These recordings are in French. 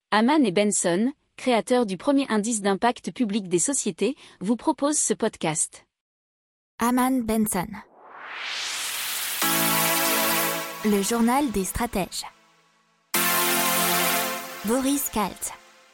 Hamann et Benson, créateurs du premier indice d'impact public des sociétés, vous proposent ce podcast. Hamann Benson. Le journal des stratèges. Boris Kalt.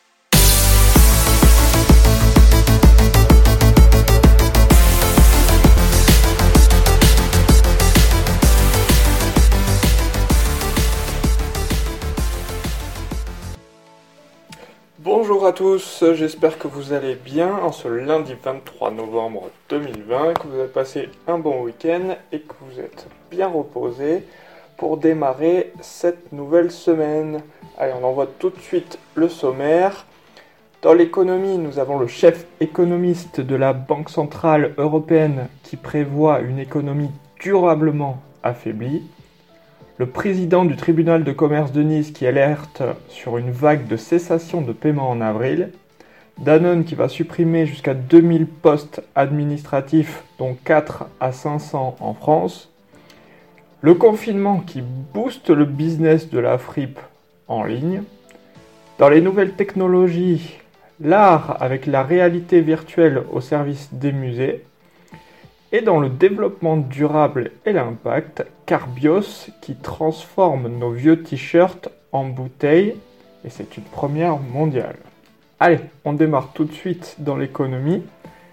Bonjour à tous, j'espère que vous allez bien en ce lundi 23 novembre 2020, que vous avez passé un bon week-end et que vous êtes bien reposés pour démarrer cette nouvelle semaine. Allez, on envoie tout de suite le sommaire. Dans l'économie, nous avons le chef économiste de la Banque Centrale Européenne qui prévoit une économie durablement affaiblie. Le président du tribunal de commerce de Nice qui alerte sur une vague de cessation de paiement en avril. Danone qui va supprimer jusqu'à 2000 postes administratifs, dont 4 à 500 en France. Le confinement qui booste le business de la fripe en ligne. Dans les nouvelles technologies, l'art avec la réalité virtuelle au service des musées. Et dans le développement durable et l'impact, Carbios qui transforme nos vieux t-shirts en bouteilles, et c'est une première mondiale. Allez, on démarre tout de suite dans l'économie.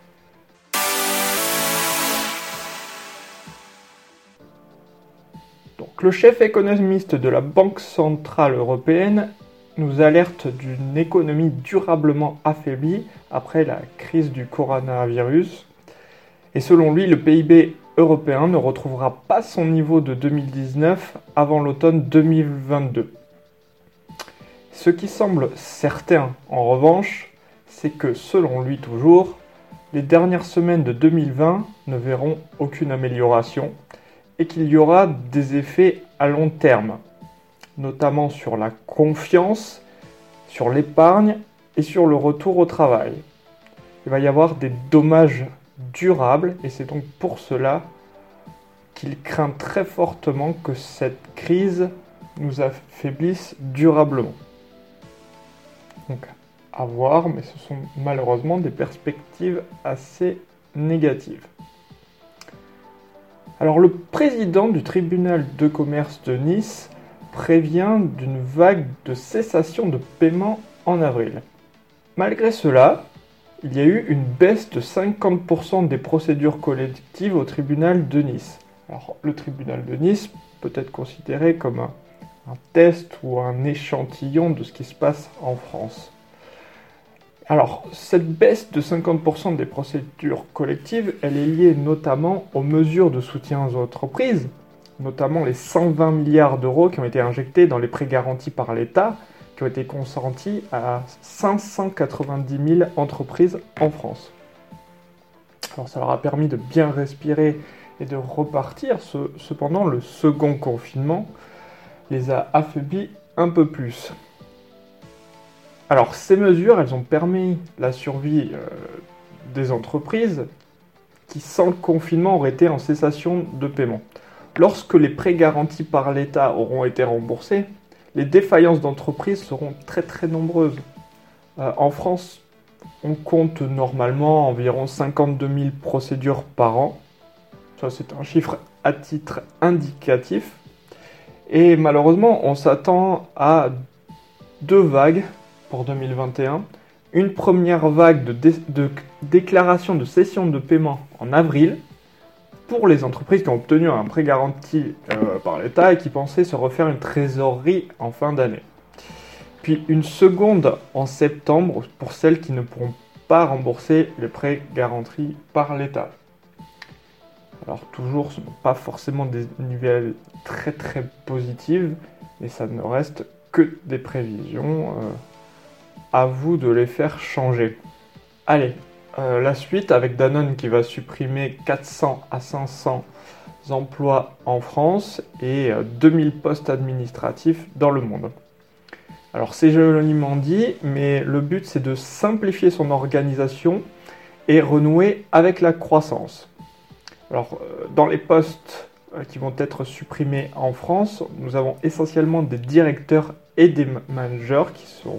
Donc, le chef économiste de la Banque Centrale Européenne nous alerte d'une économie durablement affaiblie après la crise du coronavirus. Et selon lui, le PIB européen ne retrouvera pas son niveau de 2019 avant l'automne 2022. Ce qui semble certain, en revanche, c'est que, selon lui toujours, les dernières semaines de 2020 ne verront aucune amélioration et qu'il y aura des effets à long terme, notamment sur la confiance, sur l'épargne et sur le retour au travail. Il va y avoir des dommages durable, et c'est donc pour cela qu'il craint très fortement que cette crise nous affaiblisse durablement. Donc à voir, mais ce sont malheureusement des perspectives assez négatives. Alors le président du tribunal de commerce de Nice prévient d'une vague de cessation de paiement en avril. Malgré cela, il y a eu une baisse de 50% des procédures collectives au tribunal de Nice. Alors, le tribunal de Nice peut être considéré comme un test ou un échantillon de ce qui se passe en France. Alors, cette baisse de 50% des procédures collectives, elle est liée notamment aux mesures de soutien aux entreprises, notamment les 120 milliards d'euros qui ont été injectés dans les prêts garantis par l'État, qui ont été consentis à 590 000 entreprises en France. Alors ça leur a permis de bien respirer et de repartir. Cependant, le second confinement les a affaiblis un peu plus. Alors ces mesures, elles ont permis la survie des entreprises qui, sans le confinement, auraient été en cessation de paiement. Lorsque les prêts garantis par l'État auront été remboursés, les défaillances d'entreprises seront très très nombreuses. En France, on compte normalement environ 52 000 procédures par an. Ça, c'est un chiffre à titre indicatif. Et malheureusement, on s'attend à deux vagues pour 2021. Une première vague de déclaration de cession de paiement en avril, pour les entreprises qui ont obtenu un prêt garanti par l'État et qui pensaient se refaire une trésorerie en fin d'année. Puis une seconde en septembre pour celles qui ne pourront pas rembourser les prêts garantis par l'État. Alors toujours, ce ne sont pas forcément des nouvelles très très positives, mais ça ne reste que des prévisions. À vous de les faire changer. Allez. La suite avec Danone qui va supprimer 400 à 500 emplois en France et 2000 postes administratifs dans le monde. Alors c'est joliment dit, mais le but c'est de simplifier son organisation et renouer avec la croissance. Alors dans les postes qui vont être supprimés en France, nous avons essentiellement des directeurs et des managers qui seront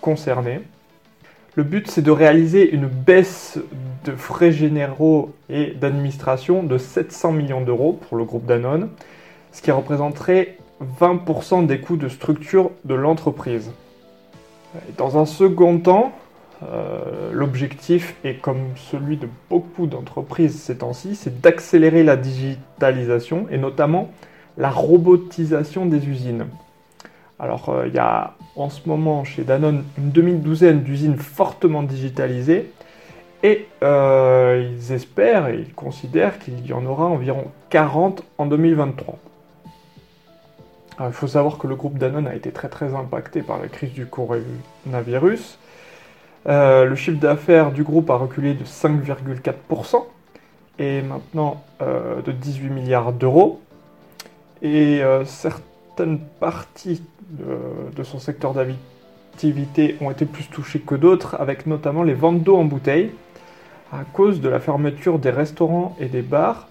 concernés. Le but, c'est de réaliser une baisse de frais généraux et d'administration de 700 millions d'euros pour le groupe Danone, ce qui représenterait 20% des coûts de structure de l'entreprise. Et dans un second temps, l'objectif, et comme celui de beaucoup d'entreprises ces temps-ci, c'est d'accélérer la digitalisation et notamment la robotisation des usines. Alors, il y a en ce moment chez Danone une demi-douzaine d'usines fortement digitalisées et ils espèrent et ils considèrent qu'il y en aura environ 40 en 2023. Alors, il faut savoir que le groupe Danone a été très impacté par la crise du coronavirus. Le chiffre d'affaires du groupe a reculé de 5,4% et maintenant de 18 milliards d'euros. Et certaines parties de son secteur d'activité ont été plus touchées que d'autres, avec notamment les ventes d'eau en bouteille, à cause de la fermeture des restaurants et des bars,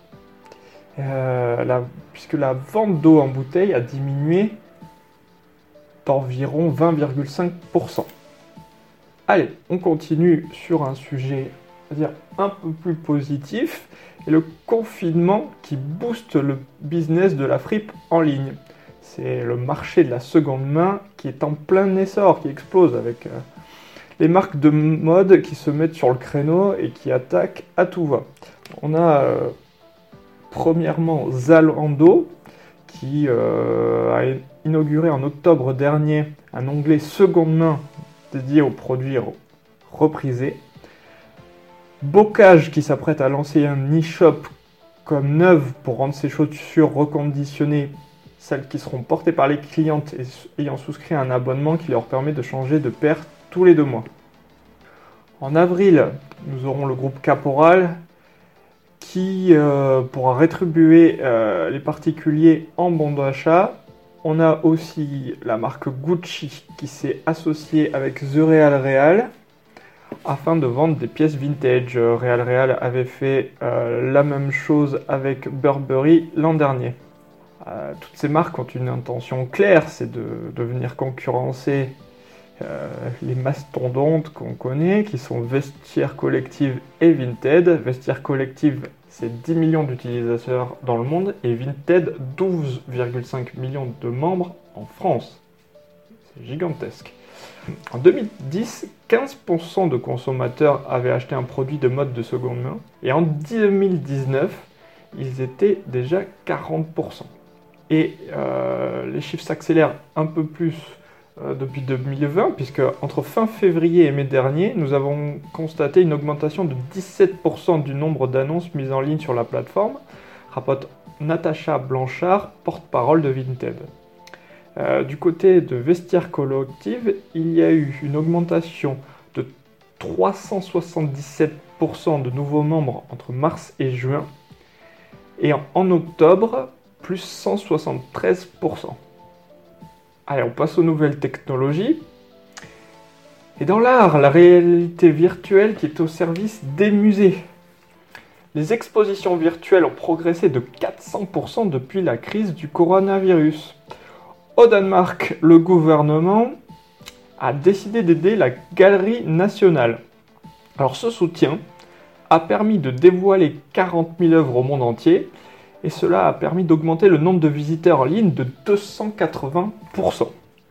puisque la vente d'eau en bouteille a diminué d'environ 20,5%. Allez, on continue sur un sujet, on va dire, un peu plus positif, et le confinement qui booste le business de la fripe en ligne. C'est le marché de la seconde main qui est en plein essor, qui explose avec les marques de mode qui se mettent sur le créneau et qui attaquent à tout va. On a premièrement Zalando qui a inauguré en octobre dernier un onglet seconde main dédié aux produits reprisés. Bocage qui s'apprête à lancer un e-shop comme neuve pour rendre ses chaussures reconditionnées, celles qui seront portées par les clientes ayant souscrit un abonnement qui leur permet de changer de paire tous les 2 mois. En avril, nous aurons le groupe Caporal qui pourra rétribuer les particuliers en bon d'achat. On a aussi la marque Gucci qui s'est associée avec The Real afin de vendre des pièces vintage. Real avait fait la même chose avec Burberry l'an dernier. Toutes ces marques ont une intention claire, c'est de venir concurrencer les mastodontes qu'on connaît, qui sont Vestiaire Collective et Vinted. Vestiaire Collective, c'est 10 millions d'utilisateurs dans le monde, et Vinted, 12,5 millions de membres en France. C'est gigantesque. En 2010, 15% de consommateurs avaient acheté un produit de mode de seconde main, et en 2019, ils étaient déjà 40%. Et les chiffres s'accélèrent un peu plus depuis 2020, puisque entre fin février et mai dernier, nous avons constaté une augmentation de 17% du nombre d'annonces mises en ligne sur la plateforme, rapporte Natacha Blanchard, porte-parole de Vinted. Du côté de Vestiaire Collective, il y a eu une augmentation de 377% de nouveaux membres entre mars et juin, et en octobre, plus 173%. Allez, on passe aux nouvelles technologies. Et dans l'art, la réalité virtuelle qui est au service des musées. Les expositions virtuelles ont progressé de 400% depuis la crise du coronavirus. Au Danemark, le gouvernement a décidé d'aider la Galerie nationale. Alors ce soutien a permis de dévoiler 40 000 œuvres au monde entier, et cela a permis d'augmenter le nombre de visiteurs en ligne de 280%.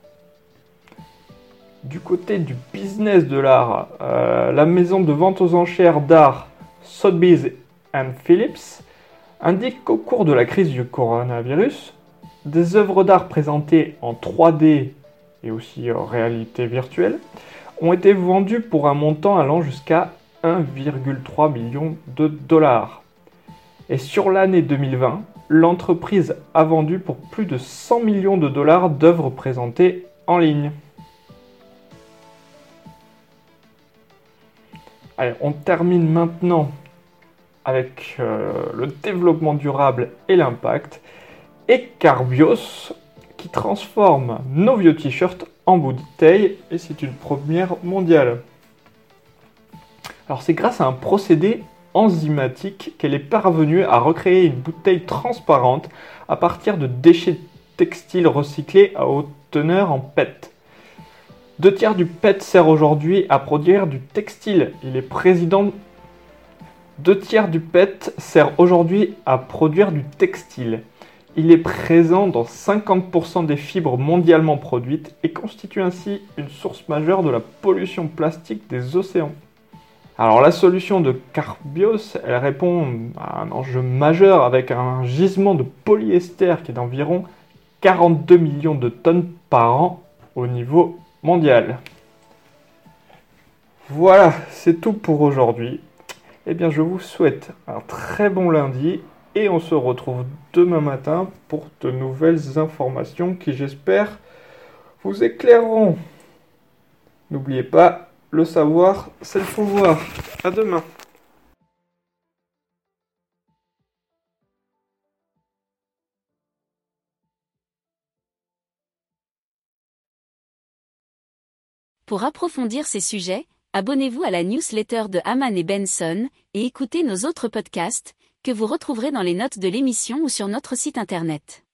Du côté du business de l'art, la maison de vente aux enchères d'art Sotheby's & Phillips indique qu'au cours de la crise du coronavirus, des œuvres d'art présentées en 3D et aussi en réalité virtuelle ont été vendues pour un montant allant jusqu'à 1,3 million de dollars. Et sur l'année 2020, l'entreprise a vendu pour plus de 100 millions de dollars d'œuvres présentées en ligne. Allez, on termine maintenant avec le développement durable et l'impact. Et Carbios qui transforme nos vieux t-shirts en bouteilles, et c'est une première mondiale. Alors c'est grâce à un procédé enzymatique qu'elle est parvenue à recréer une bouteille transparente à partir de déchets textiles recyclés à haute teneur en PET. 2 tiers du PET sert aujourd'hui à produire du textile. Il est président. 2 tiers du PET sert aujourd'hui à produire du textile. Il est présent dans 50% des fibres mondialement produites et constitue ainsi une source majeure de la pollution plastique des océans. Alors la solution de Carbios, elle répond à un enjeu majeur avec un gisement de polyester qui est d'environ 42 millions de tonnes par an au niveau mondial. Voilà, c'est tout pour aujourd'hui. Eh bien, je vous souhaite un très bon lundi et on se retrouve demain matin pour de nouvelles informations qui, j'espère, vous éclaireront. N'oubliez pas, le savoir, c'est le pouvoir. À demain. Pour approfondir ces sujets, abonnez-vous à la newsletter de Hamann et Benson et écoutez nos autres podcasts que vous retrouverez dans les notes de l'émission ou sur notre site internet.